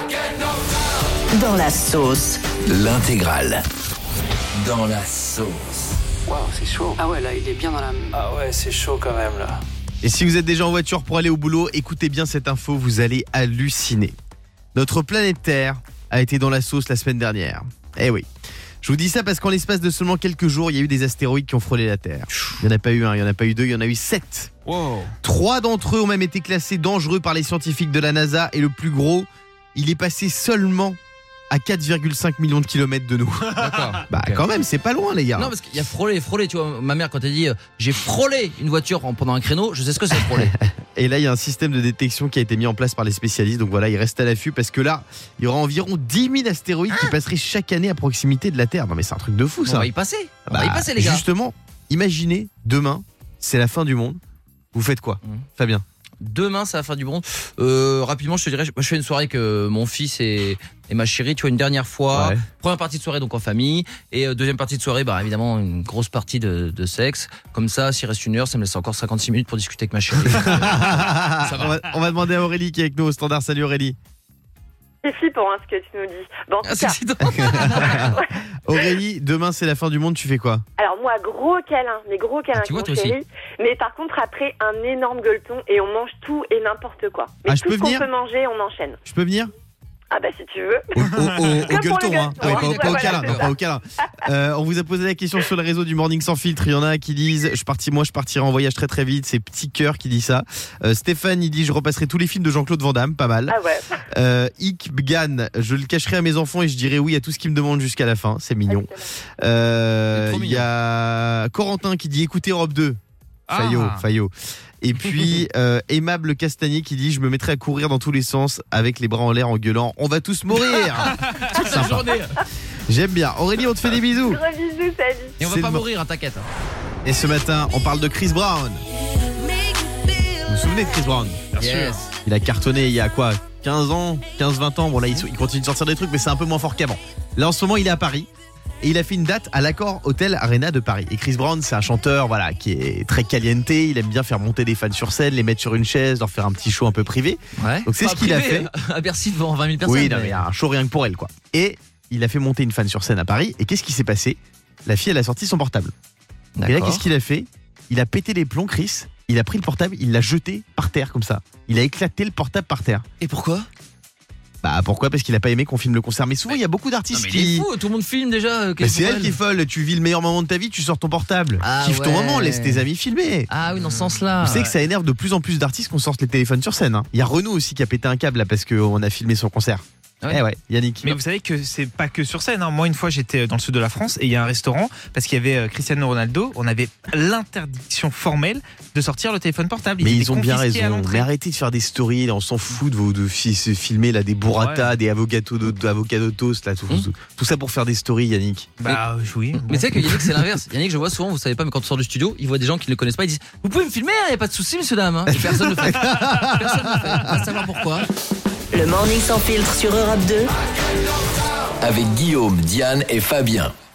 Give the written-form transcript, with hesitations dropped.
Dans la sauce. L'intégrale. Dans la sauce. Waouh, c'est chaud. Ah ouais, là, il est bien dans la... Ah ouais, c'est chaud quand même là. Et si vous êtes déjà en voiture pour aller au boulot, écoutez bien cette info, vous allez halluciner. Notre planète Terre a été dans la sauce la semaine dernière. Eh oui. Je vous dis ça parce qu'en l'espace de seulement quelques jours, il y a eu des astéroïdes qui ont frôlé la Terre. Il n'y en a pas eu un, il n'y en a pas eu deux, il y en a eu 7. Wow. 3 d'entre eux ont même été classés dangereux par les scientifiques de la NASA et le plus gros, il est passé seulement à 4,5 millions de kilomètres de nous. D'accord. Bah Ok. quand même, c'est pas loin les gars. Non, parce qu'il y a frôler, tu vois. Ma mère, quand elle dit j'ai frôlé une voiture pendant un créneau, je sais ce que c'est frôler. Et là, il y a un système de détection qui a été mis en place par les spécialistes. Donc voilà, ils restent à l'affût parce que là, il y aura environ 10 000 astéroïdes qui passeraient chaque année à proximité de la Terre. Non mais c'est un truc de fou On ça. va y passer. On Bah, va y passer, les gars. Justement, imaginez, demain, c'est la fin du monde. Vous faites quoi, Fabien? Demain, c'est la fin du monde. Rapidement, je te dirais, moi, je fais une soirée avec mon fils et ma chérie, tu vois, une dernière fois. Ouais. Première partie de soirée, donc en famille. Et deuxième partie de soirée, bah, évidemment, une grosse partie de sexe. Comme ça, s'il reste une heure, ça me laisse encore 56 minutes pour discuter avec ma chérie. on va demander à Aurélie qui est avec nous au standard. Salut Aurélie. C'est flippant ce que tu nous dis. Bon, en tout C'est cas, excitant. Aurélie, demain c'est la fin du monde, tu fais quoi? alors moi, gros câlin, mais gros câlin tu avec vois, mon toi aussi. chéri. Mais par contre, après, un énorme gueuleton et on mange tout et n'importe quoi. Mais Ah, je tout peux ce qu'on venir peut manger, on enchaîne. Je peux venir? Ah bah si tu veux. Au Comme pour gueuleton, le hein. gueuleton, Ouais, hein. pas au Ouais, câlin, voilà, non, pas au câlin. On vous a posé la question sur le réseau du Morning Sans Filtre. Il y en a qui disent je partirai en voyage très très vite. C'est Petit Cœur qui dit ça. Stéphane il dit je repasserai tous les films de Jean-Claude Van Damme, pas mal. Ah ouais. Ikbgan, je le cacherai à mes enfants et je dirai oui à tout ce qu'ils me demandent jusqu'à la fin. C'est mignon. trop Il y a Corentin qui dit écoutez Europe 2. Fayot. Et puis Aimable Castagnier qui dit je me mettrai à courir dans tous les sens avec les bras en l'air en gueulant on va tous mourir. Toute la journée. J'aime bien. Aurélie, on te fait des bisous. Gros bisous, salut. Et on va C'est pas le- mourir, hein, t'inquiète. Et ce matin, on parle de Chris Brown. Vous vous souvenez de Chris Brown? Yes. Il a cartonné il y a quoi, 15 ans, 15-20 ans. Bon là, il continue de sortir des trucs, mais c'est un peu moins fort qu'avant. Là, en ce moment, il est à Paris. Et il a fait une date à l'Accor Hotel Arena de Paris. Et Chris Brown, c'est un chanteur voilà, qui est très caliente. Il aime bien faire monter des fans sur scène, les mettre sur une chaise, leur faire un petit show un peu privé. Ouais. Donc c'est Pas ce qu'il a privé, fait. À Bercy devant 20 000 personnes. Oui, non, mais il y a un show rien que pour elle, quoi. Et il a fait monter une fan sur scène à Paris. Et qu'est-ce qui s'est passé? La fille, elle a sorti son portable. Et là, D'accord. qu'est-ce qu'il a fait? Il a pété les plombs, Chris. Il a pris le portable, il l'a jeté par terre, comme ça. Il a éclaté le portable par terre. Et pourquoi? Bah, pourquoi? Parce qu'il a pas aimé qu'on filme le concert. Mais souvent, il y a beaucoup Non, d'artistes mais il est qui. fou, tout le monde filme déjà. Bah, c'est elle qui est folle. Tu vis le meilleur moment de ta vie, tu sors ton portable. Ah Kiffe ton ouais. moment, laisse tes amis filmer. Ah oui, dans ce sens-là. Vous savez que ça énerve de plus en plus d'artistes qu'on sorte les téléphones sur scène. Hein. Il y a Renaud aussi qui a pété un câble là parce qu'on a filmé son concert. Ah ouais. Eh ouais, Yannick. Mais vous savez que c'est pas que sur scène. Hein. Moi, une fois, j'étais dans le sud de la France et il y a un restaurant parce qu'il y avait Cristiano Ronaldo. On avait l'interdiction formelle de sortir le téléphone portable. Mais étaient ils ont bien confisqués à raison. l'entrée. Mais arrêtez de faire des stories. Là, on s'en fout de se filmer là, des burrata, Ouais. des avocado toast, là, tout ça pour faire des stories, Yannick. Bah oui. bon. Mais tu sais que Yannick, c'est l'inverse. Yannick, je vois souvent, vous savez pas, mais quand on sort du studio, il voit des gens qui ne le connaissent pas, ils disent vous pouvez me filmer, il n'y a pas de souci, monsieur, dame. Hein. Et personne ne le fait. Personne ne le fait. On va savoir pourquoi. Le Morning Sans Filtre sur Europe 2. Avec Guillaume, Diane et Fabien.